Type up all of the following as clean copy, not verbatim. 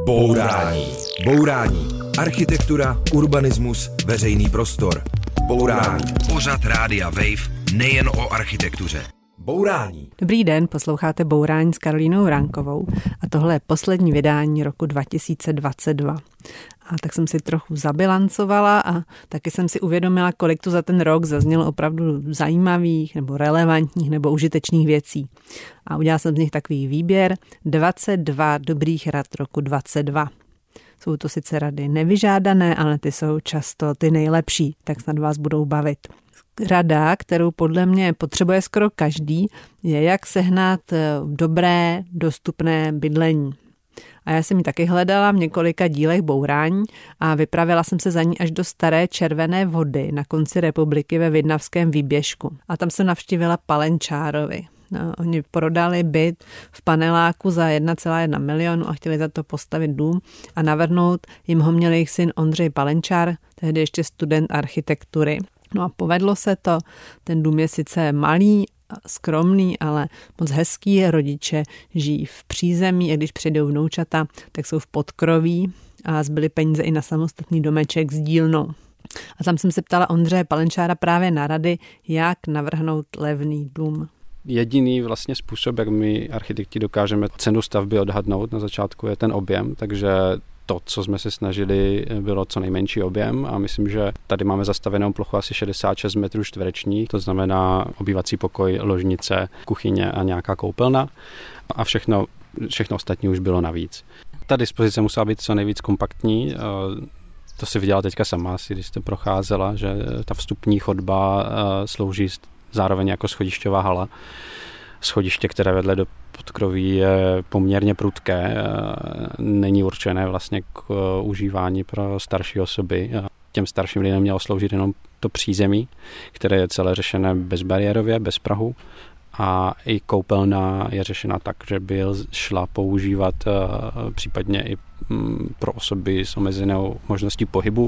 Bourání. Bourání. Architektura, urbanismus, veřejný prostor. Bourání. Pořad Rádia Wave nejen o architektuře. Bourání. Dobrý den, posloucháte Bourání s Karolínou Ránkovou a tohle je poslední vydání roku 2022. A tak jsem si trochu zabilancovala a taky jsem si uvědomila, kolik tu za ten rok zaznělo opravdu zajímavých nebo relevantních nebo užitečných věcí. A udělala jsem z nich takový výběr 22 dobrých rad roku 22. Jsou to sice rady nevyžádané, ale ty jsou často ty nejlepší, tak snad vás budou bavit. Rada, kterou podle mě potřebuje skoro každý, je jak sehnat dobré, dostupné bydlení. A já jsem ji taky hledala v několika dílech bourání a vypravila jsem se za ní až do staré Červené Vody na konci republiky ve Vidnavském výběžku. A tam jsem navštívila Palenčárovi. No, oni prodali byt v paneláku za 1,1 milionu a chtěli za to postavit dům a navrhnout jim ho měl jejich syn Ondřej Palenčár, tehdy ještě student architektury. No a povedlo se to, ten dům je sice malý, skromný, ale moc hezký. Rodiče žijí v přízemí a když přijdou vnoučata, tak jsou v podkroví a zbyly peníze i na samostatný domeček s dílnou. A tam jsem se ptala Ondřeje Palenčára právě na rady, jak navrhnout levný dům. Jediný vlastně způsob, jak my architekti dokážeme cenu stavby odhadnout na začátku, je ten objem, takže to, co jsme se snažili, bylo co nejmenší objem a myslím, že tady máme zastavenou plochu asi 66 metrů čtverečních, to znamená obývací pokoj, ložnice, kuchyně a nějaká koupelna a všechno ostatní už bylo navíc. Ta dispozice musela být co nejvíc kompaktní, to si viděla teďka sama, když jste procházela, že ta vstupní chodba slouží zároveň jako schodišťová hala. Schodiště, které vedle do podkroví je poměrně prudké, není určené vlastně k užívání pro starší osoby. Těm starším lidem mělo sloužit jenom to přízemí, které je celé řešené bezbariérově, bez prahu. A i koupelna je řešena tak, že by šla používat případně i pro osoby s omezenou možností pohybu.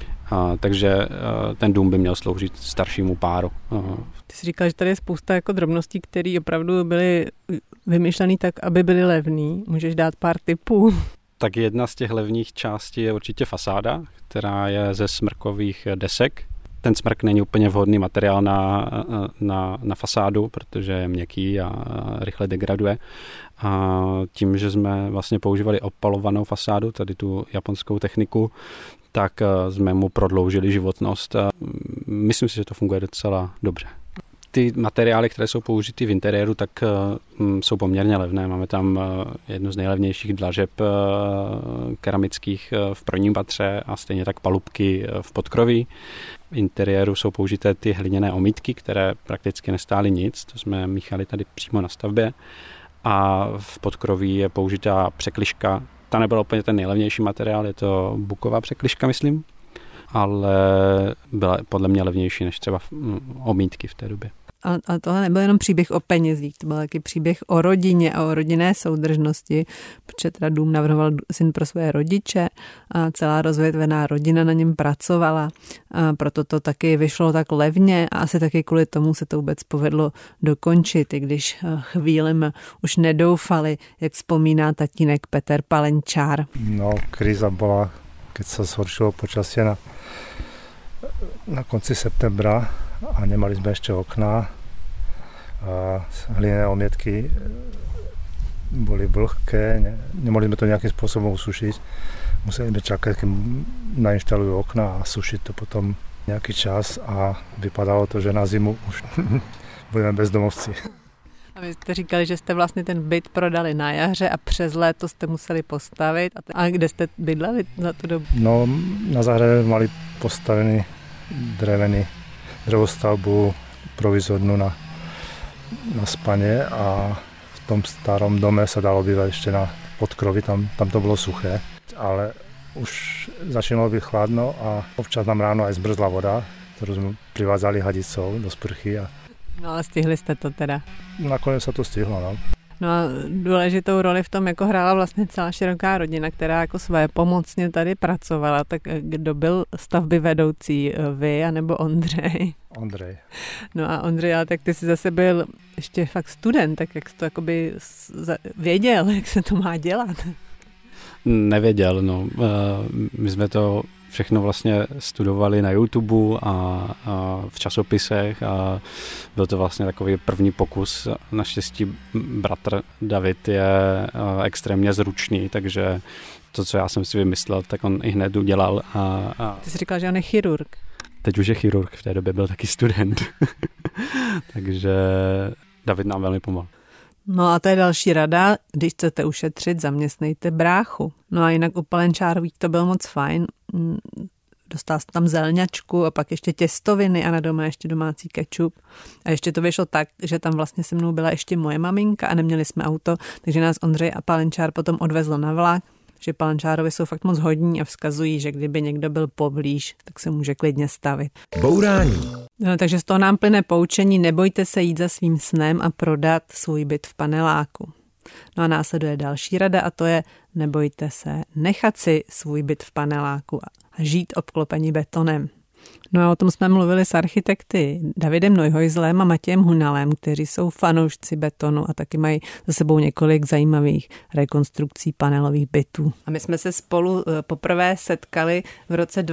Takže ten dům by měl sloužit staršímu páru. Ty jsi říkal, že tady je spousta jako drobností, které opravdu byly vymyšlené tak, aby byly levný. Můžeš dát pár tipů? Tak jedna z těch levných částí je určitě fasáda, která je ze smrkových desek. Ten smrk není úplně vhodný materiál na fasádu, protože je měkký a rychle degraduje. A tím, že jsme vlastně používali opalovanou fasádu, tady tu japonskou techniku, tak jsme mu prodloužili životnost. Myslím si, že to funguje docela dobře. Ty materiály, které jsou použity v interiéru, tak jsou poměrně levné. Máme tam jednu z nejlevnějších dlažeb keramických v prvním patře a stejně tak palubky v podkroví. V interiéru jsou použité ty hliněné omítky, které prakticky nestály nic. To jsme míchali tady přímo na stavbě. A v podkroví je použitá překližka. Ta nebyla úplně ten nejlevnější materiál, je to buková překližka, myslím, ale byla podle mě levnější než třeba omítky v té době. A tohle nebyl jenom příběh o penězích, to byl taky příběh o rodině a o rodinné soudržnosti, protože teda dům navrhoval syn pro své rodiče a celá rozvětvená rodina na něm pracovala, a proto to taky vyšlo tak levně a asi taky kvůli tomu se to vůbec povedlo dokončit, i když chvílem už nedoufali, jak vzpomíná tatínek Peter Palenčár. No, kríza bola, keď sa zhoršilo počasie na konci septembra a nemali sme ešte okná a hlinené omietky boli vlhké, nemohli sme to nejakým spôsobom usušiť. Museli sme čakať, keď nainštalujú okná a sušiť to potom nejaký čas a vypadalo to, že na zimu už budeme bezdomovci. A vy jste říkali, že jste vlastně ten byt prodali na jaře a přes léto jste museli postavit. A kde jste bydleli za tu dobu? No, na zahrade mali postavený drevostavbu provizornú na spanie a v tom starom dome sa dalo bývať ešte na podkrovi, tam to bolo suché, ale už začínalo byť chladno a občas nám ráno aj zmrzla voda, ktorú sme privádzali hadicou do sprchy. No ale stihli jste to teda? Nakonec sa to stihlo, no. No a důležitou roli v tom jako hrála vlastně celá široká rodina, která jako své pomocně tady pracovala. Tak kdo byl stavby vedoucí, vy anebo Ondřej? Ondřej. No a Ondřej, ale tak ty jsi zase byl ještě fakt student, tak jak jsi to jakoby věděl, jak se to má dělat? nevěděl. No. My jsme to všechno vlastně studovali na YouTube a v časopisech a byl to vlastně takový první pokus. Naštěstí bratr David je extrémně zručný, takže to, co já jsem si vymyslel, tak on i hned udělal. Ty jsi říkal, že on je chirurg. Teď už je chirurg, v té době byl taky student. Takže David nám velmi pomohl. No a to je další rada, když chcete ušetřit, zaměstnejte bráchu. No a jinak u Palenčárových to bylo moc fajn. Dostal jsem tam zelňačku a pak ještě těstoviny a na doma ještě domácí kečup. A ještě to vyšlo tak, že tam vlastně se mnou byla ještě moje maminka a neměli jsme auto, takže nás Ondřej a Palenčár potom odvezl na vlak, že Palenčárovi jsou fakt moc hodní a vzkazují, že kdyby někdo byl poblíž, tak se může klidně stavit. Bourání. No, takže z toho nám plyne poučení, nebojte se jít za svým snem a prodat svůj byt v paneláku. No a následuje další rada a to je nebojte se nechat si svůj byt v paneláku a žít obklopení betonem. No a o tom jsme mluvili s architekty Davidem Neuhojzlem a Matějem Hunalem, kteří jsou fanoušci betonu a taky mají za sebou několik zajímavých rekonstrukcí panelových bytů. A my jsme se spolu poprvé setkali v roce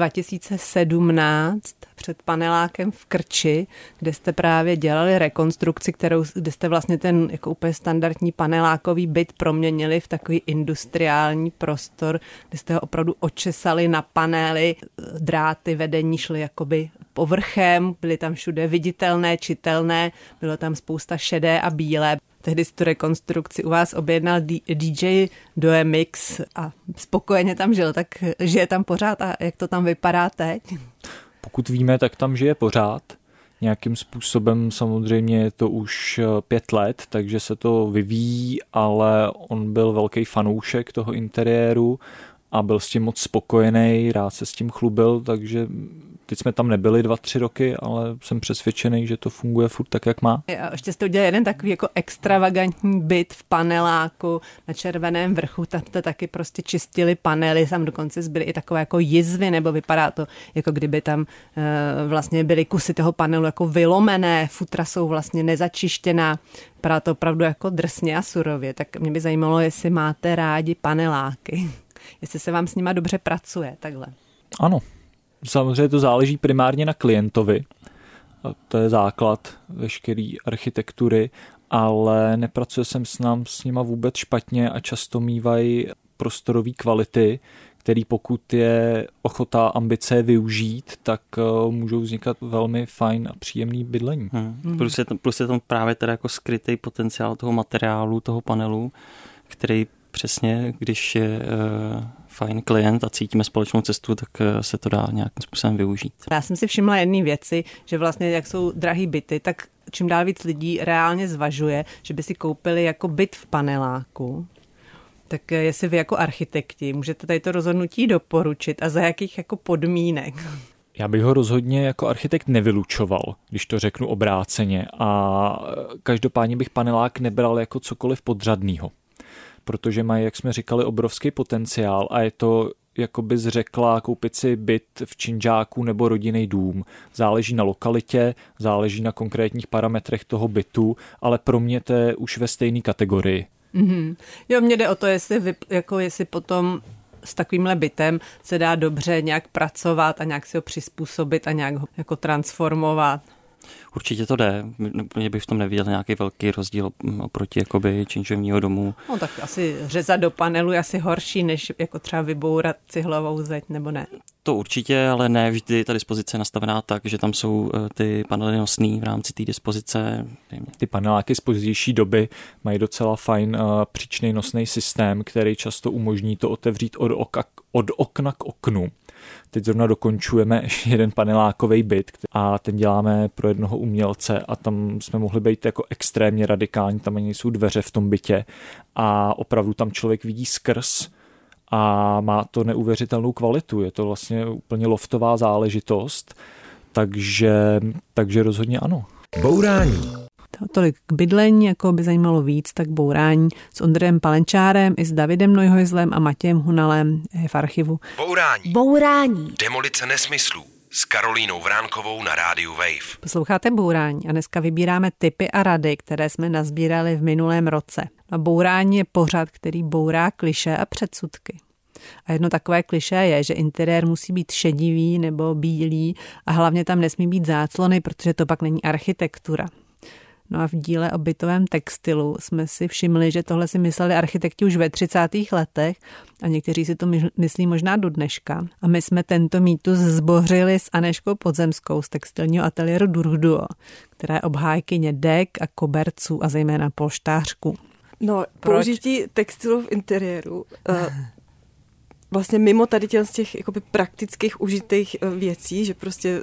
2017 před panelákem v Krči, kde jste právě dělali rekonstrukci, kde jste vlastně ten jako úplně standardní panelákový byt proměnili v takový industriální prostor, kde jste ho opravdu očesali na panely, dráty vedení šly jakoby povrchem, byly tam všude viditelné, čitelné, bylo tam spousta šedé a bílé. Tehdy si tu rekonstrukci u vás objednal DJ Doemix a spokojeně tam žil, tak žije tam pořád a jak to tam vypadá teď? Pokud víme, tak tam žije pořád. Nějakým způsobem samozřejmě je to už 5 let, takže se to vyvíjí, ale on byl velký fanoušek toho interiéru a byl s tím moc spokojený, rád se s tím chlubil, takže teď jsme tam nebyli 2-3 roky, ale jsem přesvědčený, že to funguje furt tak, jak má. A ještě jste udělali jeden takový jako extravagantní byt v paneláku na Červeném vrchu, tam to taky prostě čistili panely, tam dokonce zbyly i takové jako jizvy, nebo vypadá to, jako kdyby tam vlastně byly kusy toho panelu jako vylomené, futra jsou vlastně nezačištěná, vypadá to opravdu jako drsně a surově, tak mě by zajímalo, jestli máte rádi paneláky, jestli se vám s nima dobře pracuje, takhle. Ano. Samozřejmě to záleží primárně na klientovi, to je základ veškeré architektury, ale nepracuje jsem s nima vůbec špatně a často mívají prostorové kvality, který pokud je ochota ambice využít, tak můžou vznikat velmi fajn a příjemný bydlení. Plus je tam právě teda jako skrytý potenciál toho materiálu, toho panelu, který přesně, když je fajn klient a cítíme společnou cestu, tak se to dá nějakým způsobem využít. Já jsem si všimla jedné věci, že vlastně jak jsou drahý byty, tak čím dál víc lidí reálně zvažuje, že by si koupili jako byt v paneláku. Tak jestli vy jako architekti můžete tady to rozhodnutí doporučit a za jakých jako podmínek? Já bych ho rozhodně jako architekt nevylučoval, když to řeknu obráceně, a každopádně bych panelák nebral jako cokoliv podřadného. Protože mají, jak jsme říkali, obrovský potenciál a je to, jako bys řekla, koupit si byt v činžáku nebo rodinný dům. Záleží na lokalitě, záleží na konkrétních parametrech toho bytu, ale pro mě to je už ve stejné kategorii. Mm-hmm. Jo, mně jde o to, jestli potom s takovýmhle bytem se dá dobře nějak pracovat a nějak si ho přizpůsobit a nějak ho jako transformovat. Určitě to jde. Mě bych v tom neviděl nějaký velký rozdíl oproti jakoby činžovního domu. No tak asi řezat do panelu je asi horší, než jako třeba vybourat cihlovou zeď, nebo ne? To určitě, ale ne vždy ta dispozice je nastavená tak, že tam jsou ty panely nosný v rámci té dispozice. Ty paneláky z pozdější doby mají docela fajn příčný nosný systém, který často umožní to otevřít od okna k oknu. Teď zrovna dokončujeme jeden panelákový byt a ten děláme pro jednoho umělce a tam jsme mohli být jako extrémně radikální, tam ani jsou dveře v tom bytě a opravdu tam člověk vidí skrz a má to neuvěřitelnou kvalitu. Je to vlastně úplně loftová záležitost, takže rozhodně ano. Bourání. Tolik k bydlení, jako by zajímalo víc, tak bourání s Ondřejem Palenčárem i s Davidem Neuhojzlem a Matějem Hunalem je v archivu. Bourání. Demolice nesmyslů s Karolínou Vránkovou na rádiu Wave. Posloucháte Bourání a dneska vybíráme tipy a rady, které jsme nazbírali v minulém roce. A bourání je pořad, který bourá klišé a předsudky. A jedno takové klišé je, že interiér musí být šedivý nebo bílý a hlavně tam nesmí být záclony, protože to pak není architektura. No a v díle o bytovém textilu jsme si všimli, že tohle si mysleli architekti už ve 30. letech a někteří si to myslí možná do dneška. A my jsme tento mýtus zbořili s Anežkou Podzemskou z textilního ateliéru Durduo, která je obhájkyně dek a koberců a zejména polštářků. No, použití textilu v interiéru vlastně mimo tady z těch jakoby praktických užitých věcí, že prostě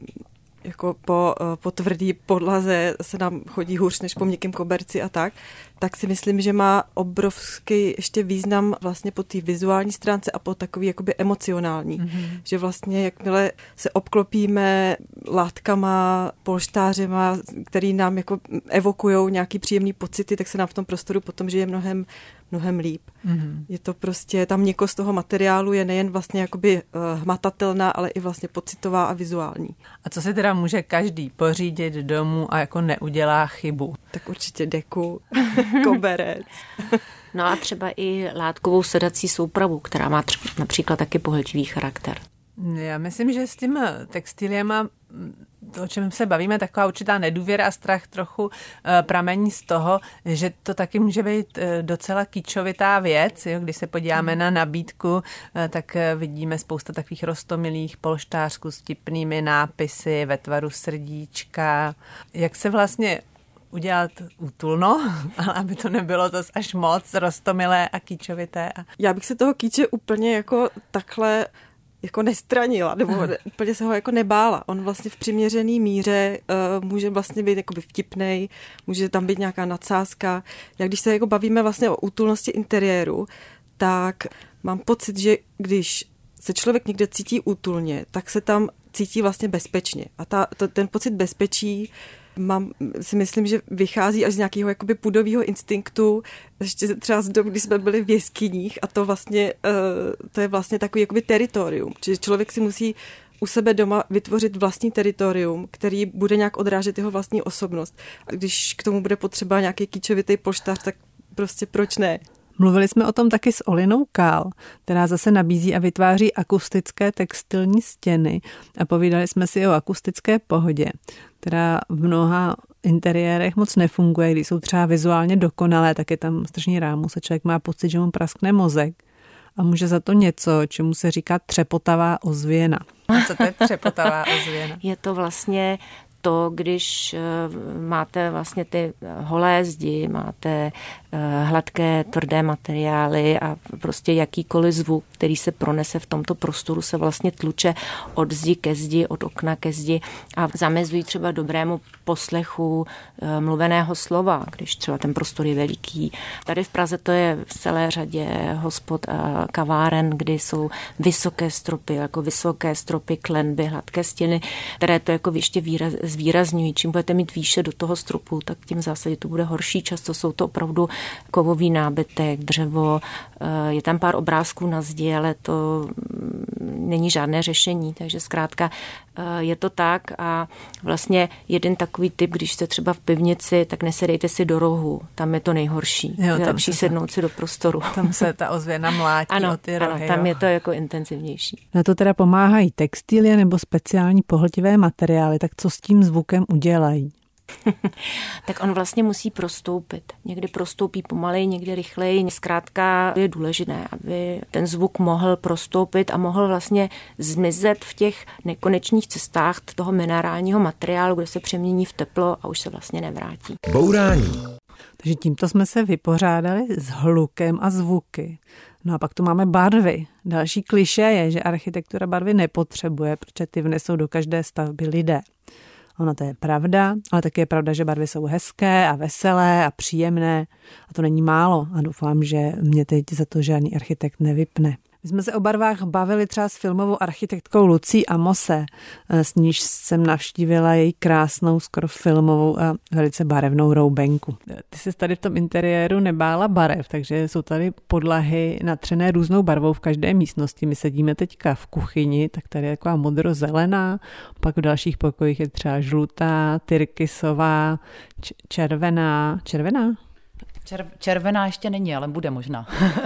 jako po tvrdý podlaze se nám chodí hůř než po měkkém koberci a tak si myslím, že má obrovský ještě význam vlastně po té vizuální stránce a po takový jakoby emocionální. Mm-hmm. Že vlastně jakmile se obklopíme látkama, polštářema, který nám jako evokujou nějaký příjemný pocity, tak se nám v tom prostoru potom žije mnohem líp. Mm-hmm. Je to prostě, ta měkkost toho materiálu je nejen vlastně jakoby hmatatelná, ale i vlastně pocitová a vizuální. A co si teda může každý pořídit domů a jako neudělá chybu? Tak určitě deku, koberec. No a třeba i látkovou sedací soupravu, která má například taky pohltivý charakter. Já myslím, že s tím textiliema, to, o čem se bavíme, taková určitá nedůvěra a strach trochu pramení z toho, že to taky může být docela kýčovitá věc. Jo? Když se podíváme na nabídku, tak vidíme spousta takových roztomilých polštářků s vtipnými nápisy ve tvaru srdíčka. Jak se vlastně udělat útulno, ale aby to nebylo zas až moc roztomilé a kýčovité. Já bych se toho kýče úplně jako takhle jako nestranila, nebo úplně se ho jako nebála. On vlastně v přiměřený míře může vlastně být jakoby vtipnej, může tam být nějaká nadsázka. Jak když se jako bavíme vlastně o útulnosti interiéru, tak mám pocit, že když se člověk někde cítí útulně, tak se tam cítí vlastně bezpečně. A ten pocit bezpečí si myslím, že vychází až z nějakého jakoby pudového instinktu, ještě třeba z dob, kdy jsme byli v jeskyních a to je vlastně takový jakoby teritorium. Čiže člověk si musí u sebe doma vytvořit vlastní teritorium, který bude nějak odrážet jeho vlastní osobnost. A když k tomu bude potřeba nějaký kýčovitý polštář, tak prostě proč ne? Mluvili jsme o tom taky s Olinou Kál, která zase nabízí a vytváří akustické textilní stěny a povídali jsme si o akustické pohodě, která v mnoha interiérech moc nefunguje, když jsou třeba vizuálně dokonalé, tak je tam strašný rámus a člověk má pocit, že mu praskne mozek a může za to něco, čemu se říká třepotavá ozvěna. A co to je třepotavá ozvěna? Je to vlastně to, když máte vlastně ty holé zdi, máte hladké, tvrdé materiály a prostě jakýkoliv zvuk, který se pronese v tomto prostoru, se vlastně tluče od zdi ke zdi, od okna ke zdi a zamezují třeba dobrému poslechu mluveného slova, když třeba ten prostor je veliký. Tady v Praze to je v celé řadě hospod a kaváren, kdy jsou vysoké stropy, jako vysoké stropy, klenby, hladké stěny, které to jako ještě zvýrazňují. Čím budete mít výše do toho stropu, tak tím v zásadě to bude horší. Často jsou to opravdu kovový nábytek, dřevo, je tam pár obrázků na zdi, ale to není žádné řešení, takže zkrátka je to tak a vlastně jeden takový typ, když jste třeba v pivnici, tak nesedejte si do rohu, tam je to nejhorší. Jo, je lepší sednout si do prostoru. Tam se ta ozvěna mlátí o ty rohy. Ano, tam je to jako intenzivnější. Na to teda pomáhají textilie nebo speciální pohltivé materiály, tak co s tím zvukem udělají? Tak on vlastně musí prostoupit. Někdy prostoupí pomaleji, někdy rychleji. Zkrátka je důležité, aby ten zvuk mohl prostoupit a mohl vlastně zmizet v těch nekonečných cestách toho minerálního materiálu, kde se přemění v teplo a už se vlastně nevrátí. Bourání. Takže tímto jsme se vypořádali s hlukem a zvuky. No a pak tu máme barvy. Další klišé je, že architektura barvy nepotřebuje, protože ty vnesou do každé stavby lidé. Ono to je pravda, ale taky je pravda, že barvy jsou hezké a veselé a příjemné a to není málo a doufám, že mě teď za to žádný architekt nevypne. My jsme se o barvách bavili třeba s filmovou architektkou Lucí Amose, s níž jsem navštívila její krásnou, skoro filmovou a velice barevnou roubenku. Ty jsi tady v tom interiéru nebála barev, takže jsou tady podlahy natřené různou barvou v každé místnosti. My sedíme teďka v kuchyni, tak tady je taková modrozelená, pak v dalších pokojích je třeba žlutá, tyrkysová, červená. Červená ještě není, ale bude možná.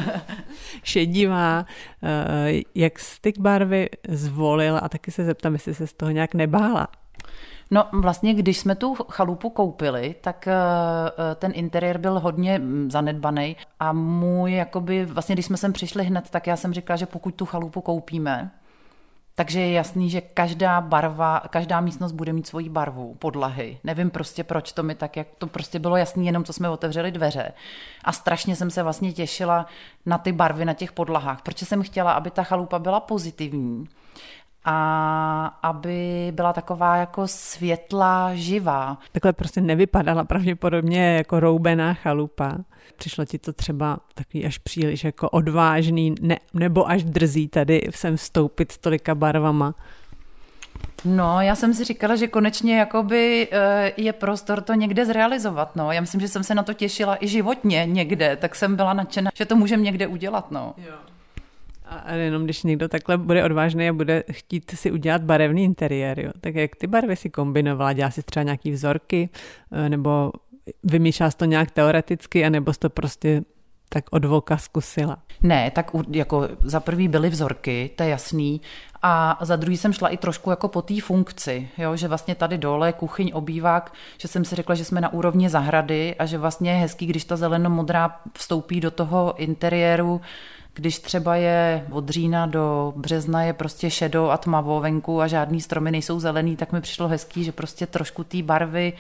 Šedivá. Jak jsi ty barvy zvolil a taky se zeptám, jestli se z toho nějak nebála? No vlastně, když jsme tu chalupu koupili, tak ten interiér byl hodně zanedbaný a vlastně když jsme sem přišli hned, tak já jsem říkala, že pokud tu chalupu koupíme, takže je jasný, že každá místnost bude mít svoji barvu, podlahy. Nevím prostě, proč to mi tak, jak to prostě bylo jasný, jenom co jsme otevřeli dveře. A strašně jsem se vlastně těšila na ty barvy na těch podlahách, protože jsem chtěla, aby ta chalupa byla pozitivní a aby byla taková jako světlá, živá. Takhle prostě nevypadala pravděpodobně jako roubená chalupa. Přišlo ti to třeba takový až příliš jako odvážný, nebo až drzý tady sem vstoupit s tolika barvama? No, já jsem si říkala, že konečně jakoby je prostor to někde zrealizovat, no. Já myslím, že jsem se na to těšila i životně někde, tak jsem byla nadšená, že to můžeme někde udělat, no. Jo. A jenom když někdo takhle bude odvážný a bude chtít si udělat barevný interiér, jo, tak jak ty barvy si kombinovala? Dělala si třeba nějaký vzorky, nebo vymýšlela jsi to nějak teoreticky, anebo jsi to prostě tak od voka zkusila? Ne, tak jako za prvý byly vzorky, to je jasný, a za druhý jsem šla i trošku jako po té funkci, jo, že vlastně tady dole kuchyň, obývák, že jsem si řekla, že jsme na úrovni zahrady a že vlastně je hezký, když ta zeleno-modrá vstoupí do toho interiéru, když třeba je od října do března je prostě šedo a tmavo venku a žádný stromy nejsou zelený, tak mi přišlo hezký, že prostě trošku té barvy,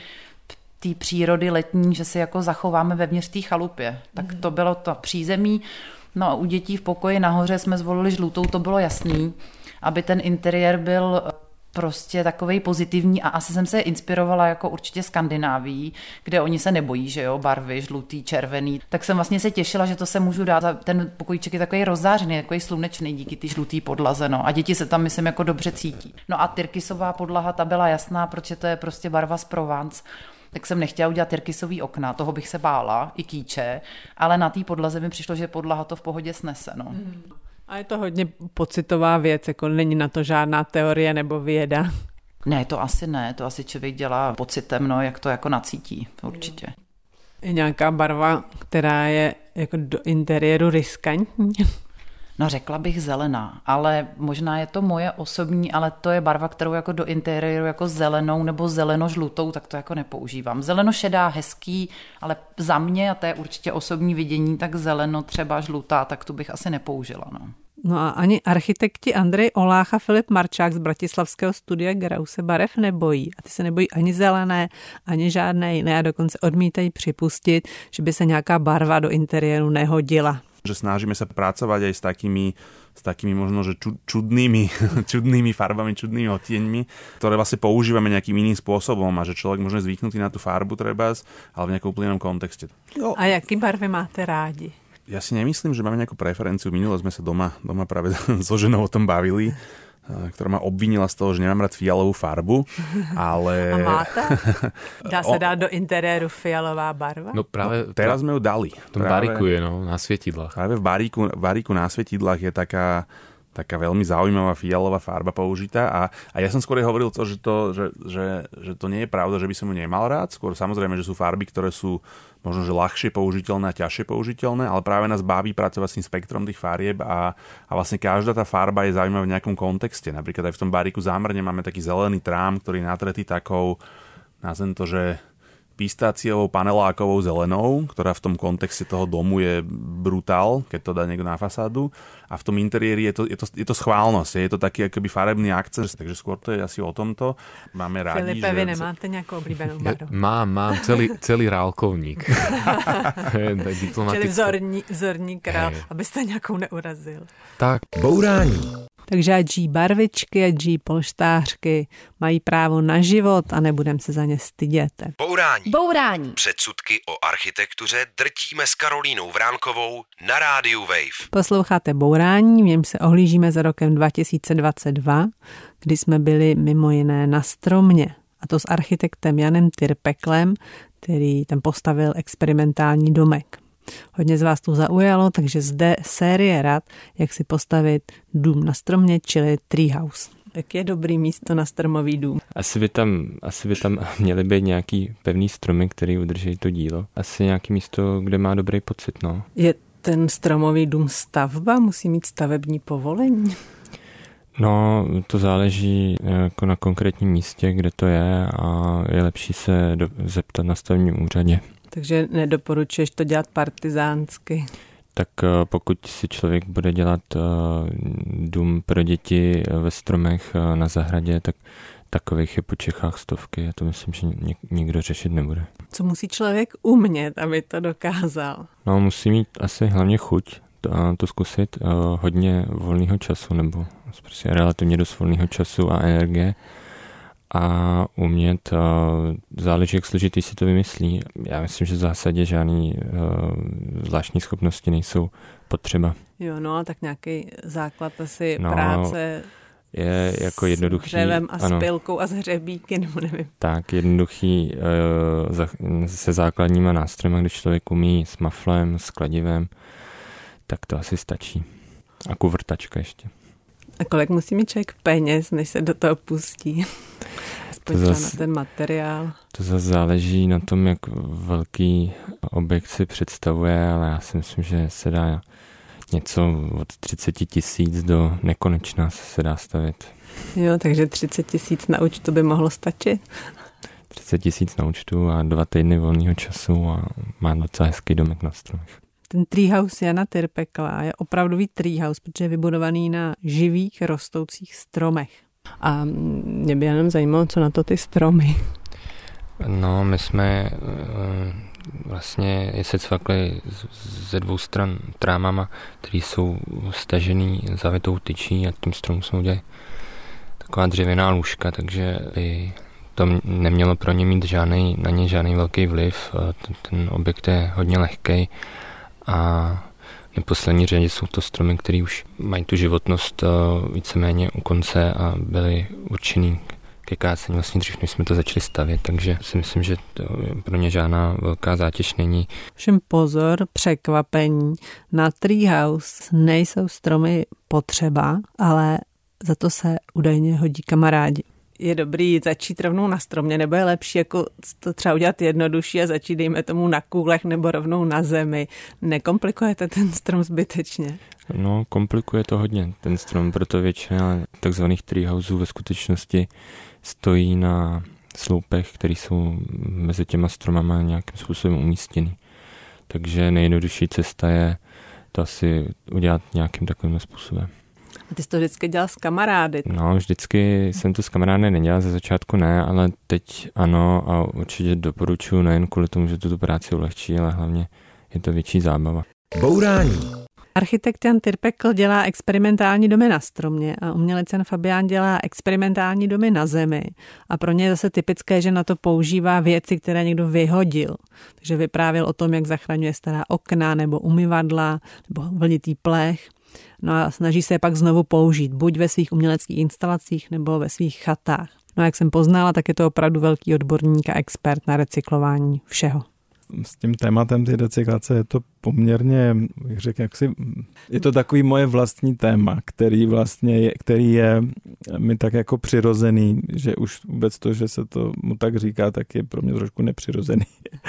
té přírody letní, že si jako zachováme vevnitř té chalupě. Tak to bylo to přízemí. No a u dětí v pokoji nahoře jsme zvolili žlutou, to bylo jasný, aby ten interiér byl prostě takovej pozitivní a asi jsem se inspirovala jako určitě Skandinávií, kde oni se nebojí, že jo, barvy, žlutý, červený. Tak jsem vlastně se těšila, že to se můžu dát. Ten pokojíček je takový rozzářený, takový slunečný díky ty žlutý podlaze, no. A děti se tam, myslím, jako dobře cítí. No a tyrkysová podlaha, ta byla jasná, protože to je prostě barva z Provence. Tak jsem nechtěla udělat tyrkysový okna, toho bych se bála, i kýče, ale na té podlaze mi přišlo, že podlaha to v pohodě snese, no. A je to hodně pocitová věc, jako není na to žádná teorie nebo věda. Ne, to asi ne, to asi člověk dělá pocitem, no, jak to jako nacítí, určitě. Je nějaká barva, která je jako do interiéru riskantní? No řekla bych zelená, ale možná je to moje osobní, ale to je barva, kterou jako do interiéru jako zelenou nebo zeleno-žlutou, tak to jako nepoužívám. Zeleno-šedá hezký, ale za mě, a to je určitě osobní vidění, tak zeleno třeba žlutá, tak tu bych asi nepoužila, no. No a ani architekti Andrej Olách a Filip Marčák z bratislavského studia Grau se barev nebojí. A ty se nebojí ani zelené, ani žádné jiné a dokonce odmítají připustit, že by se nějaká barva do interiéru nehodila. Že snažíme sa pracovať aj s takými možno, že čudnými farbami, čudnými odtieňmi, ktoré vlastne používame nejakým iným spôsobom a že človek možno je zvyknutý na tú farbu trebárs, ale v nejakom úplne inom kontexte. No. A jaký barvy máte rádi? Ja si nemyslím, že máme nejakú preferenciu. Minule sme sa doma práve so ženou o tom bavili, ktorá ma obvinila z toho, že nemám rád fialovú farbu, ale... A máte? Dá sa dať do interiéru fialová barva? No práve... No, teraz sme ju dali. V tom bariku je, no, na svietidlách. Práve v bariku na svietidlách je taká veľmi zaujímavá fialová farba použitá a ja som skôr hovoril to, že to nie je pravda, že by som ju nemal rád. Skôr samozrejme, že sú farby, ktoré sú možno, že ľahšie použiteľné a ťažšie použiteľné, ale práve nás baví pracovať s tým spektrom tých farieb a vlastne každá tá farba je zaujímavá v nejakom kontexte. Napríklad aj v tom bariku zámerne máme taký zelený trám, ktorý je natretý takou, nazvem to, že pistáciovou panelákovou zelenou, ktorá v tom kontexte toho domu je brutál, keď to dá niekto na fasádu. A v tom interiéri je to schválnosť, je to taký akoby farebný akcent, takže skôr to je asi o tomto. Máme rádi, Filipe, vy nemáte nejakú oblíbenú barvu? Mám celý rálkovník. Čili vzorní král, abyste nějakou neurazil. Tak. Bourání. Takže ať žijí barvičky, ať žijí polštářky, mají právo na život a nebudem se za ně stydět. Bourání. Předsudky o architektuře drtíme s Karolínou Vránkovou na rádiu Wave. Posloucháte Bourání, v něm se ohlížíme za rokem 2022, kdy jsme byli mimo jiné na Stromě. A to s architektem Janem Tyrpeklem, který tam postavil experimentální domek. Hodně z vás to zaujalo, takže zde série rad, jak si postavit dům na stromě, čili treehouse. Jak je dobrý místo na stromový dům? Asi by tam měly být nějaký pevný stromy, který udrží to dílo. Asi nějaký místo, kde má dobrý pocit, no. Je ten stromový dům stavba? Musí mít stavební povolení? No, to záleží jako na konkrétním místě, kde to je a je lepší se zeptat na stavebním úřadě. Takže nedoporučuješ to dělat partizánsky? Tak pokud si člověk bude dělat dům pro děti ve stromech na zahradě, tak takových je po Čechách stovky. Já to myslím, že nikdo řešit nebude. Co musí člověk umět, aby to dokázal? No, musí mít asi hlavně chuť to zkusit, hodně volného času nebo prostě relativně dost volného času a energie a umět, záleží, jak složitý si to vymyslí. Já myslím, že v zásadě žádný zvláštní schopnosti nejsou potřeba. Jo, no, tak nějaký základ asi práce je jako jednoduchý. S dřevem a s pilkou a s hřebíky, nebo nevím. Tak, jednoduchý se základníma nástroji, když člověk umí s maflem, s kladivem, tak to asi stačí. A kuvrtačka ještě. A kolik musí mít člověk peněz, než se do toho pustí? Aspoň třeba na ten materiál. To zase záleží na tom, jak velký objekt si představuje, ale já si myslím, že se dá něco od 30 000 do nekonečna se dá stavit. Jo, takže 30 000 na účtu by mohlo stačit? 30 000 na účtu a 2 týdny volného času a má docela hezký domek na stromech. Ten treehouse Jana Tyrpekla je opravdový treehouse, protože je vybudovaný na živých rostoucích stromech. A mě by jenom zajímalo, co na to ty stromy. No, my jsme vlastně je se cvakli ze 2 stran trámama, které jsou stažený zavitou tyčí a tím stromu jsme udělali taková dřevěná lůžka, takže by to nemělo pro ně mít na ně žádný velký vliv. Ten objekt je hodně lehkej a v neposlední řadě jsou to stromy, které už mají tu životnost víceméně u konce a byly určený ke kácení vlastně dřív, než jsme to začali stavět, takže si myslím, že to pro ně žádná velká zátěž není. Všem pozor, překvapení, na treehouse nejsou stromy potřeba, ale za to se údajně hodí kamarádi. Je dobrý začít rovnou na stromě, nebo je lepší jako to třeba udělat jednodušší a začít, dejme tomu, na kůlech nebo rovnou na zemi. Nekomplikujete ten strom zbytečně? No, komplikuje to hodně ten strom, proto většina takzvaných treehouseů ve skutečnosti stojí na sloupech, které jsou mezi těma stromama nějakým způsobem umístěný. Takže nejjednodušší cesta je to asi udělat nějakým takovým způsobem. A ty jsi to vždycky dělal s kamarády? No, vždycky jsem to s kamarády nedělal, ze začátku ne, ale teď ano a určitě doporučuji nejen kvůli tomu, že to tu práci ulehčí, ale hlavně je to větší zábava. Bourání. Architekt Jan Tyrpekl dělá experimentální domy na stromě a umělec Jan Fabián dělá experimentální domy na zemi. A pro ně je zase typické, že na to používá věci, které někdo vyhodil. Takže vyprávěl o tom, jak zachraňuje stará okna nebo umyvadla nebo vlnitý plech. No a snaží se je pak znovu použít, buď ve svých uměleckých instalacích nebo ve svých chatách. No a jak jsem poznala, tak je to opravdu velký odborník a expert na recyklování všeho. S tím tématem ty recyklace je to poměrně, bych řekl, je to takový moje vlastní téma, který je mi tak jako přirozený, že už vůbec to, že se to mu tak říká, tak je pro mě trošku nepřirozený.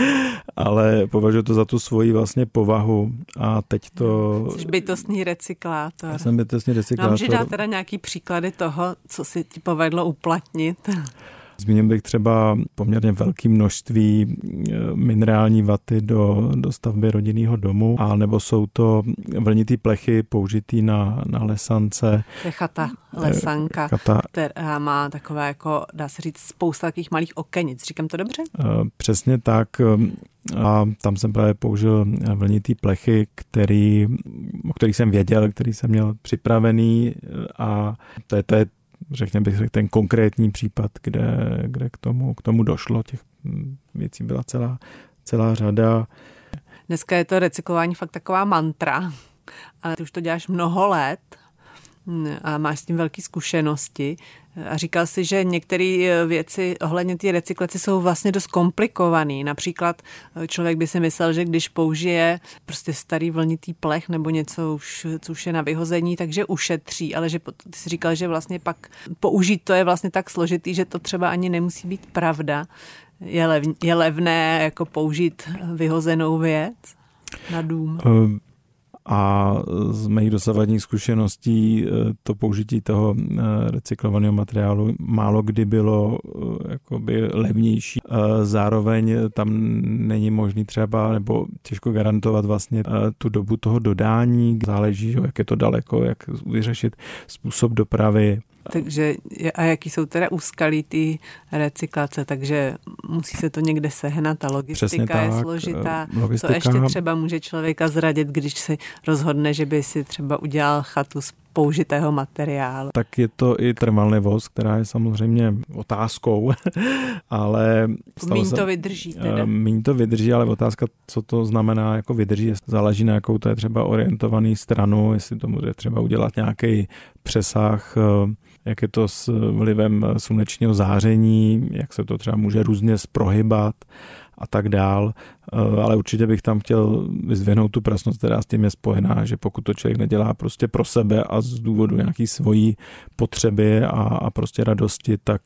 Ale považuji to za tu svoji vlastně povahu a teď to... Jsi bytostný recyklátor. Já jsem bytostný recyklátor. Můžeš dát teda nějaký příklady toho, co si ti povedlo uplatnit? Zmíním bych třeba poměrně velké množství minerální vaty do stavby rodinného domu, a nebo jsou to vlnitý plechy použitý na lesance. To je chata, lesanka, která má takové, jako dá se říct, spousta takových malých okenic. Říkám to dobře? Přesně tak. A tam jsem právě použil vlnitý plechy, o kterých jsem věděl, který jsem měl připravený, a to je řekněme bych ten konkrétní případ, kde k tomu došlo. Těch věcí byla celá řada. Dneska je to recyklování fakt taková mantra, ale ty už to děláš mnoho let a máš s tím velké zkušenosti a říkal si, že některé věci ohledně té recyklace jsou vlastně dost komplikované. Například člověk by si myslel, že když použije prostě starý vlnitý plech nebo něco, co už je na vyhození, takže ušetří, ale že ty jsi říkal, že vlastně pak použít to je vlastně tak složitý, že to třeba ani nemusí být pravda. Je levné jako použít vyhozenou věc na dům? A z mých dosavadních zkušeností to použití toho recyklovaného materiálu málo kdy bylo jakoby levnější. Zároveň tam není možný třeba, nebo těžko garantovat vlastně tu dobu toho dodání. Záleží, jak je to daleko, jak vyřešit způsob dopravy. Takže a jaký jsou teda úskalí ty recyklace, takže musí se to někde sehnat, a logistika je složitá. To ještě třeba může člověka zradit, když si rozhodne, že by si třeba udělal chatu z použitého materiálu. Tak je to i trvanlivost, která je samozřejmě otázkou, ale... Míň to vydrží teda. Míň to vydrží, ale otázka, co to znamená jako vydrží, záleží na jakou to je třeba orientovaný stranu, jestli to může třeba udělat nějaký přesah, jak je to s vlivem slunečního záření, jak se to třeba může různě zprohybat a tak dál, ale určitě bych tam chtěl vyzvěhnout tu pracnost, která s tím je spojená, že pokud to člověk nedělá prostě pro sebe a z důvodu nějaký svojí potřeby a prostě radosti, tak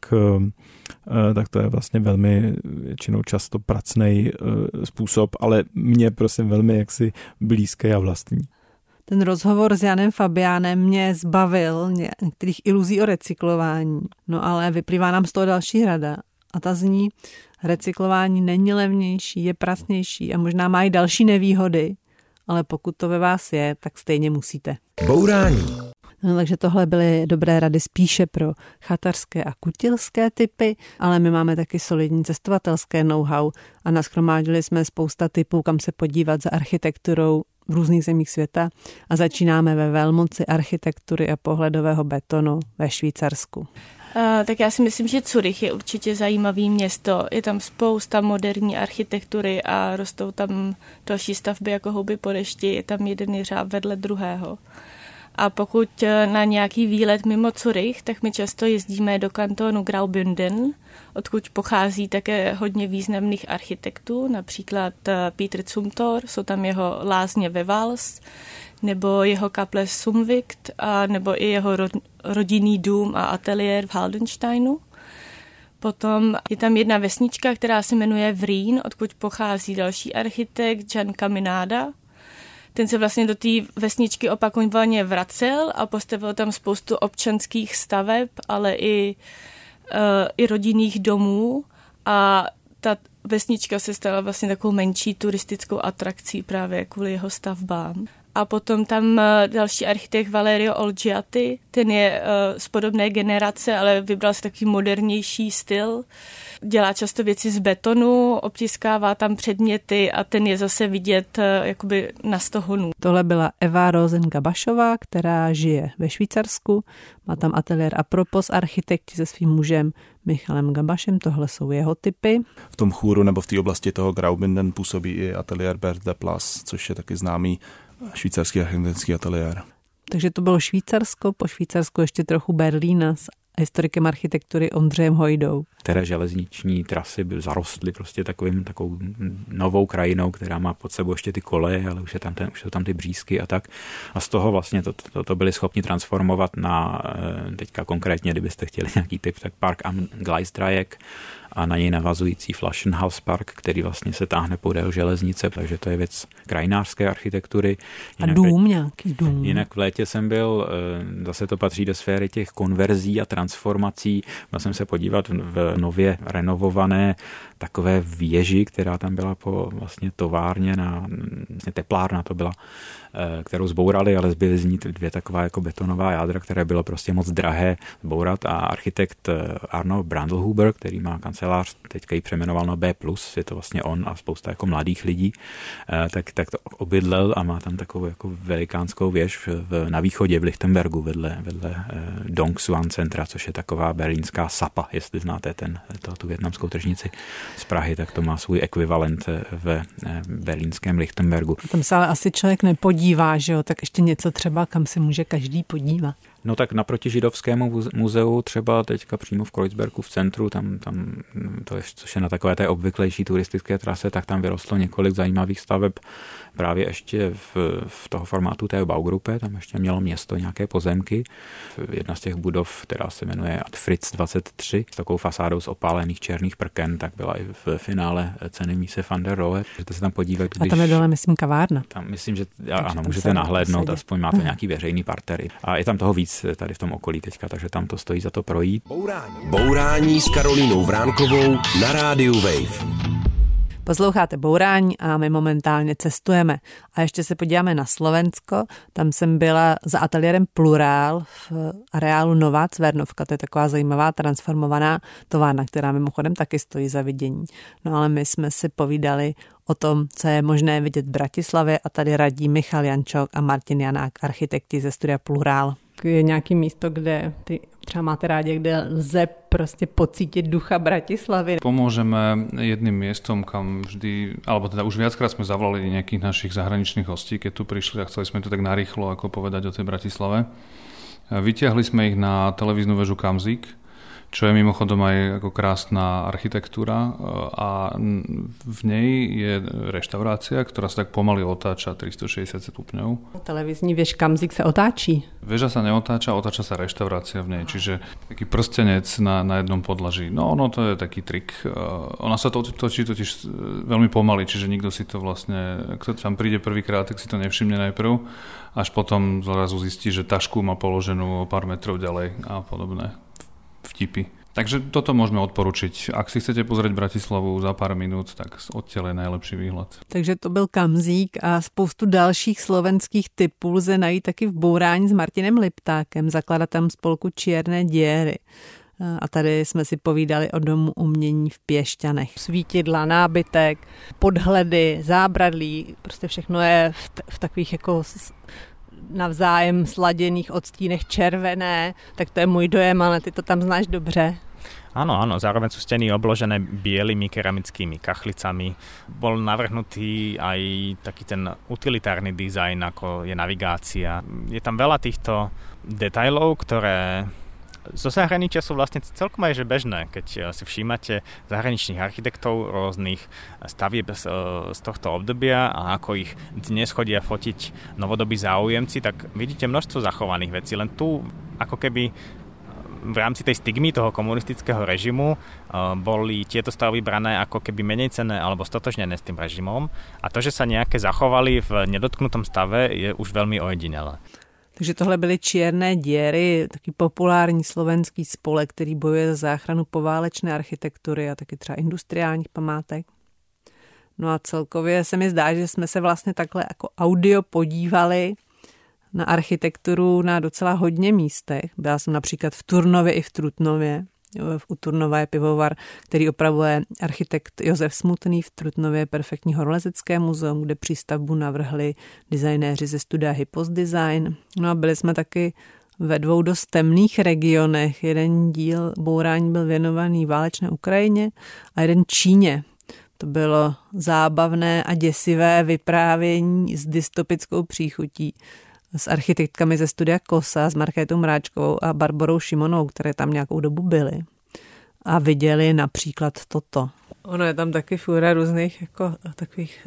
to je vlastně velmi většinou často pracnej způsob, ale mě prosím velmi jaksi blízký a vlastní. Ten rozhovor s Janem Fabiánem mě zbavil některých iluzí o recyklování. No ale vyplývá nám z toho další rada. A ta zní, recyklování není levnější, je pracnější a možná má i další nevýhody, ale pokud to ve vás je, tak stejně musíte. Bourání. No, takže tohle byly dobré rady spíše pro chatařské a kutilské typy, ale my máme taky solidní cestovatelské know-how a nashromáždili jsme spousta typů, kam se podívat za architekturou v různých zemích světa a začínáme ve velmoci architektury a pohledového betonu ve Švýcarsku. Tak já si myslím, že Curych je určitě zajímavý město. Je tam spousta moderní architektury a rostou tam další stavby jako houby po dešti. Je tam jeden jeřáb vedle druhého. A pokud na nějaký výlet mimo Curych, tak my často jezdíme do kantonu Graubünden, odkud pochází také hodně významných architektů, například Peter Zumthor, jsou tam jeho lázně ve Vals, nebo jeho kaple Sumvikt, nebo i jeho rodinný dům a ateliér v Haldensteinu. Potom je tam jedna vesnička, která se jmenuje Vrien, odkud pochází další architekt Gian Caminada. Ten se vlastně do té vesničky opakovaně vracel a postavil tam spoustu občanských staveb, ale i rodinných domů a ta vesnička se stala vlastně takovou menší turistickou atrakcí právě kvůli jeho stavbám. A potom tam další architekt Valerio Olgiati, ten je z podobné generace, ale vybral si takový modernější styl. Dělá často věci z betonu, obtiskává tam předměty a ten je zase vidět jakoby na stohonu. Tohle byla Eva Rosen-Gabašová, která žije ve Švýcarsku. Má tam ateliér Apropos architekti se svým mužem Michalem Gabašem, tohle jsou jeho typy. V tom chůru nebo v té oblasti toho Graubünden působí i ateliér Bert de Plas, což je taky známý švýcarský architektonický ateliér. Takže to bylo Švýcarsko, po Švýcarsku ještě trochu Berlína s historikem architektury Ondřejem Hojdou. Které železniční trasy zarostly prostě takovou novou krajinou, která má pod sebou ještě ty koleje, ale už jsou tam ty břízky a tak. A z toho vlastně to byli schopni transformovat na, teďka konkrétně, kdybyste chtěli nějaký typ, tak Park am Gleisdreieck a na něj navazující Flaschenhauspark, který vlastně se táhne podél železnice, takže to je věc krajinářské architektury. Jinak, a dům, nějaký dům. Jinak v létě jsem byl, zase to patří do sféry těch konverzí a transformací. Byl jsem se podívat v nově renovované takové věži, která tam byla po vlastně továrně, vlastně teplárna to byla, kterou zbourali, ale zbyly z ní dvě taková jako betonová jádra, které bylo prostě moc drahé zbourat a architekt Arno Brandlhuber, který má kancelář, teďka ji přejmenoval na B+, je to vlastně on a spousta jako mladých lidí, tak to obydlel a má tam takovou jako velikánskou věž na východě v Lichtenbergu vedle Dongsuan centra, což je taková berlínská Sapa, jestli znáte tu vietnamskou tržnici z Prahy, tak to má svůj ekvivalent ve berlínském Lichtenbergu. Tam se ale asi člověk nepodívá podívá, že jo, tak ještě něco třeba, kam se může každý podívat. No tak naproti židovskému muzeu třeba teďka přímo v Kreuzbergu v centru, tam to je, což je na takové té obvyklejší turistické trase, tak tam vyrostlo několik zajímavých staveb právě ještě v toho formátu té Baugruppe, tam ještě mělo město nějaké pozemky. Jedna z těch budov, která se jmenuje Ad Fritz 23, s takovou fasádou z opálených černých prken, tak byla i v finále ceny Mise van der Rohe. Můžete se tam podívat, když... A tam je dole, myslím, kavárna. Tam myslím, že ano, můžete nahlédnout, aspoň máte nějaký veřejný parter. A je tam toho víc tady v tom okolí teďka, takže tam to stojí za to projít. Bourání s Karolínou Vránkovou na rádiu Wave. Posloucháte Bourání a my momentálně cestujeme. A ještě se podíváme na Slovensko. Tam jsem byla za ateliérem Plurál v areálu Nová Cvernovka. To je taková zajímavá transformovaná továrna, která mimochodem taky stojí za vidění. No ale my jsme si povídali o tom, co je možné vidět v Bratislavě a tady radí Michal Jančok a Martin Janák, architekti ze studia Plurál. Je nějaké místo, kde ty třeba máte rádi, kde lze prostě pocítiť ducha Bratislavy? Pomôžeme jedným miestom, kam vždy, alebo teda už viackrát sme zavolali nejakých našich zahraničných hostí, keď tu prišli a chceli sme to tak narýchlo ako povedať o tej Bratislave. Vytiahli sme ich na televíznu väžu Kamzik, čo je mimochodom aj ako krásna architektúra a v nej je reštaurácia, ktorá sa tak pomaly otáča 360 stupňov. Televizní věž Kamzik se otáčí? Väža sa neotáča, otáča sa reštaurácia v nej, čiže taký prstenec na jednom podlaží. No to je taký trik. Ona sa točí totiž veľmi pomaly, čiže nikto si to vlastne, kto tam príde prvýkrát, tak si to nevšimne najprv, až potom zrazu zistí, že tašku má položenú o pár metrov ďalej a podobné vtipy. Takže toto môžeme odporučiť. Ak si chcete pozrieť Bratislavu za pár minút, tak odtiaľ je najlepší výhled. Takže to byl Kamzík a spoustu dalších slovenských typů lze najít taky v Bourání s Martinem Liptákem, zakladatelem spolku Čierne diery. A tady jsme si povídali o domu umění v Piešťanech. Svítidla, nábytek, podhledy, zábradlí, prostě všechno je v takových jako navzájem sladěných odstínech červené, tak to je můj dojem, ale ty to tam znáš dobře. Áno, zároveň sú steny obložené bielými keramickými kachlicami. Bol navrhnutý aj taký ten utilitárny dizajn, ako je navigácia. Je tam veľa týchto detailov, ktoré zo zahraničia sú vlastne celkom aj že bežné. Keď si všímate zahraničných architektov rôznych stavieb z tohto obdobia a ako ich dnes chodia fotiť novodobí záujemci, tak vidíte množstvo zachovaných vecí. Len tu ako keby v rámci tej stigmy toho komunistického režimu boli tieto stavby brané ako keby menej cenné alebo stotožnené s tým režimom. A to, že sa nejaké zachovali v nedotknutom stave, je už veľmi ojedinelé. Takže tohle byly Čierne diery, taky populární slovenský spolek, který bojuje za záchranu poválečné architektury a taky třeba industriálních památek. No a celkově se mi zdá, že jsme se vlastně takhle jako audio podívali na architekturu na docela hodně místech. Byla jsem například v Turnově i v Trutnově. U Turnova je pivovar, který opravuje architekt Josef Smutný, v Trutnově perfektní horolezecké muzeum, kde přístavbu navrhli designéři ze studia Hypos Design. No a byli jsme taky ve 2 dost temných regionech. Jeden díl bourání byl věnovaný válečné Ukrajině a jeden Číně. To bylo zábavné a děsivé vyprávění s dystopickou příchutí s architektkami ze studia Kosa, s Markétou Mráčkovou a Barborou Šimonou, které tam nějakou dobu byly. A viděli například toto. Ono je tam taky fůra různých jako takových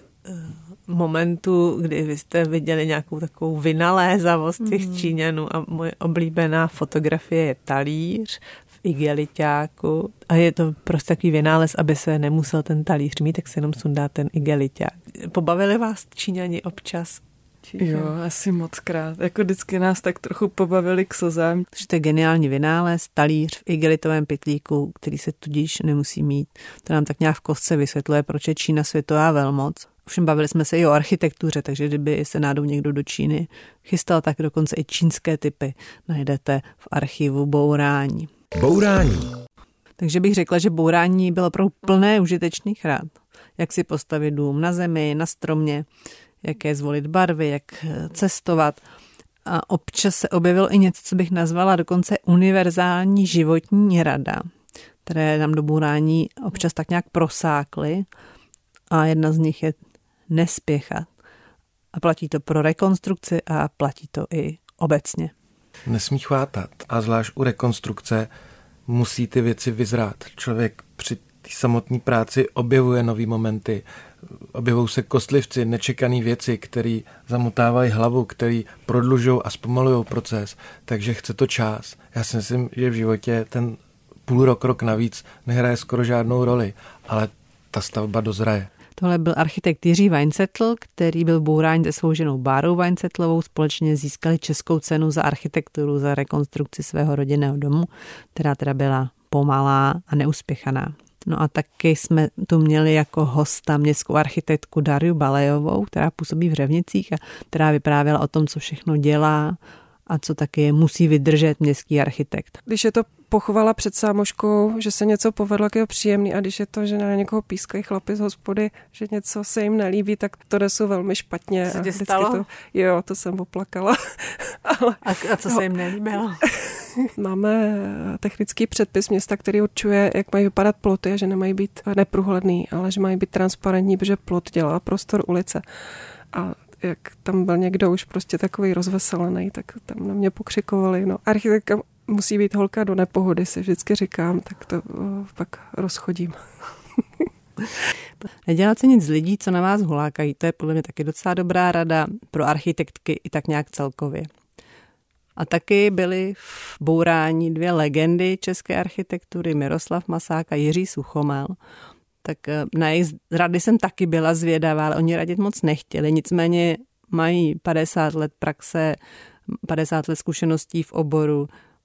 momentů, kdy vy jste viděli nějakou takovou vynalézavost těch Číňanů a moje oblíbená fotografie je talíř v igeliťáku a je to prostě takový vynález, aby se nemusel ten talíř mít, tak se jenom sundá ten igeliťák. Pobavili vás Číňani občas? Jo, asi mockrát. Jako vždycky nás tak trochu pobavili k slzám. Takže to je geniální vynález, talíř v igelitovém pytlíku, který se tudíž nemusí mít. To nám tak nějak v kostce vysvětluje, proč je Čína světová velmoc. Ovšem bavili jsme se i o architektuře, takže kdyby se náhodou někdo do Číny chystal, tak dokonce i čínské typy najdete v archivu Bourání. Takže bych řekla, že Bourání bylo opravdu plné užitečných rád. Jak si postavit dům na zemi, na stromě, jaké zvolit barvy, jak cestovat. A občas se objevilo i něco, co bych nazvala dokonce univerzální životní rada, které nám do bourání občas tak nějak prosákly. A jedna z nich je nespěchat. A platí to pro rekonstrukci a platí to i obecně. Nesmí chvátat a zvlášť u rekonstrukce musí ty věci vyzrát. Člověk při té samotné práci objevuje nový momenty, objevují se kostlivci, nečekané věci, které zamotávají hlavu, které prodlužují a zpomalují proces, takže chce to čas. Já si myslím, že v životě ten půl rok navíc nehraje skoro žádnou roli, ale ta stavba dozraje. Tohle byl architekt Jiří Weinzettel, který byl v bourání se svou ženou Bárou Weinzettelovou. Společně získali českou cenu za architekturu, za rekonstrukci svého rodinného domu, která teda byla pomalá a neuspěchaná. No a taky jsme tu měli jako hosta městskou architektku Dariu Balejovou, která působí v Řevnicích a která vyprávěla o tom, co všechno dělá a co taky musí vydržet městský architekt. Když je to pochovala před sámoškou, že se něco povedlo, jak je příjemný, a když je to, že na někoho pískají chlapi z hospody, že něco se jim nelíbí, tak to nesou velmi špatně. Co tě stalo? To jsem oplakala. A co se jim nelíbilo? Máme technický předpis města, který určuje, jak mají vypadat ploty a že nemají být neprůhledný, ale že mají být transparentní, protože plot dělá prostor ulice. A jak tam byl někdo už prostě takový rozveselený, tak tam na mě pokřikovali. No, architektka musí být holka do nepohody, si vždycky říkám, tak to pak rozchodím. Nedělat si nic z lidí, co na vás hulákají, to je podle mě taky docela dobrá rada pro architektky i tak nějak celkově. A taky byly v bourání 2 legendy české architektury, Miroslav Masák a Jiří Suchomel. Tak na jejich rady jsem taky byla zvědavá, ale oni radit moc nechtěli. Nicméně mají 50 let praxe, 50 let zkušeností v oboru,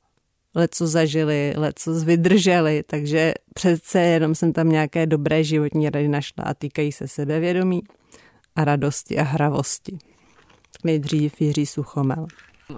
leco zažili, leco vydrželi, takže přece jenom jsem tam nějaké dobré životní rady našla a týkají se sebevědomí a radosti a hravosti. Nejdřív Jiří Suchomel.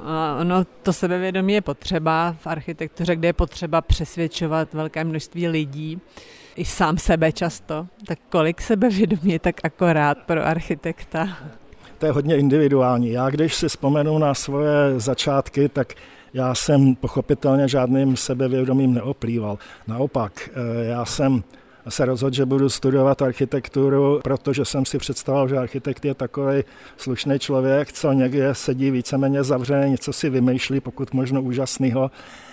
No, to sebevědomí je potřeba v architektuře, kde je potřeba přesvědčovat velké množství lidí, i sám sebe často. Tak kolik sebevědomí je tak akorát pro architekta? To je hodně individuální. Já když si vzpomenu na svoje začátky, tak já jsem pochopitelně žádným sebevědomím neoplýval. Naopak, já jsem se rozhodl, že budu studovat architekturu, protože jsem si představoval, že architekt je takový slušný člověk, co někde sedí víceméně zavřený, něco si vymýšlí, pokud možno úžasného,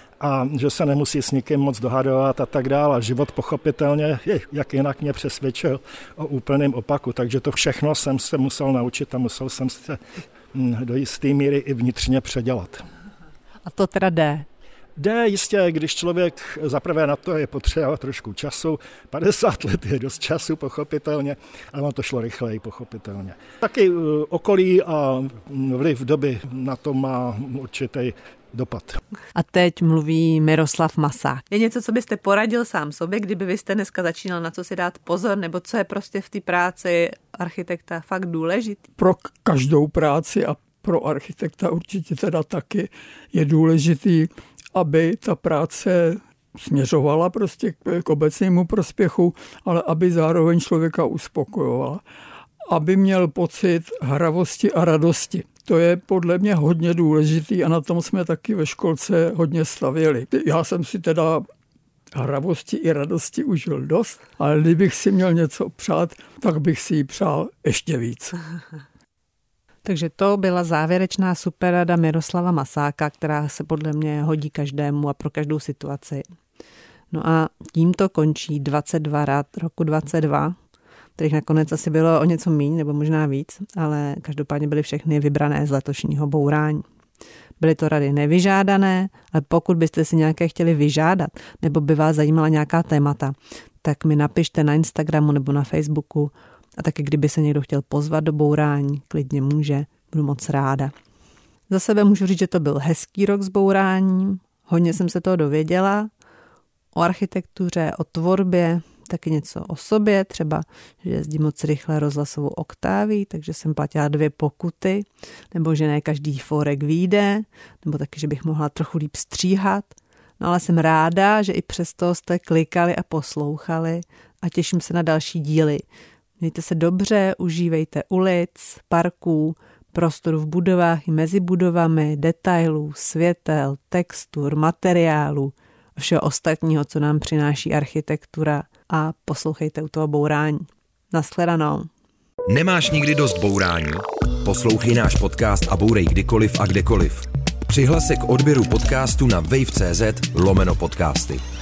a že se nemusí s nikým moc dohadovat a tak dále. Život pochopitelně, jak jinak, mě přesvědčil o úplném opaku, takže to všechno jsem se musel naučit a musel jsem se do jisté míry i vnitřně předělat. A to teda jde? Jde jistě, když člověk zaprvé na to je potřeba trošku času, 50 let je dost času, pochopitelně, ale ono to šlo rychleji, pochopitelně. Taky okolí a vliv doby na to má určitý dopad. A teď mluví Miroslav Masák. Je něco, co byste poradil sám sobě, kdyby vy jste dneska začínal, na co si dát pozor, nebo co je prostě v té práci architekta fakt důležitý? Pro každou práci a pro architekta určitě teda taky je důležitý, aby ta práce směřovala prostě k obecnému prospěchu, ale aby zároveň člověka uspokojovala. Aby měl pocit hravosti a radosti. To je podle mě hodně důležitý a na tom jsme taky ve školce hodně stavěli. Já jsem si teda hravosti i radosti užil dost, ale kdybych si měl něco přát, tak bych si ji přál ještě víc. Takže to byla závěrečná superrada Miroslava Masáka, která se podle mě hodí každému a pro každou situaci. No a tímto končí 22 rad roku 22, kterých nakonec asi bylo o něco míň nebo možná víc, ale každopádně byly všechny vybrané z letošního bourání. Byly to rady nevyžádané, ale pokud byste si nějaké chtěli vyžádat nebo by vás zajímala nějaká témata, tak mi napište na Instagramu nebo na Facebooku. A taky kdyby se někdo chtěl pozvat do bourání, klidně může, budu moc ráda. Za sebe můžu říct, že to byl hezký rok s bouráním, hodně jsem se toho dověděla, o architektuře, o tvorbě, taky něco o sobě, třeba, že jezdím moc rychle rozhlasovou oktáví, takže jsem platila 2 pokuty, nebo že ne každý fórek vyjde, nebo taky, že bych mohla trochu líp stříhat. No ale jsem ráda, že i přesto jste klikali a poslouchali a těším se na další díly. Mějte se dobře, užívejte ulic, parků, prostoru v budovách i mezi budovami, detailů, světel, textur, materiálů a všeho ostatního, co nám přináší architektura, a poslouchejte u toho bourání. Nashledanou. Nemáš nikdy dost bourání? Poslouchej náš podcast a bourej kdykoliv a kdekoliv. Přihlas se k odběru podcastu na wave.cz/podcasty.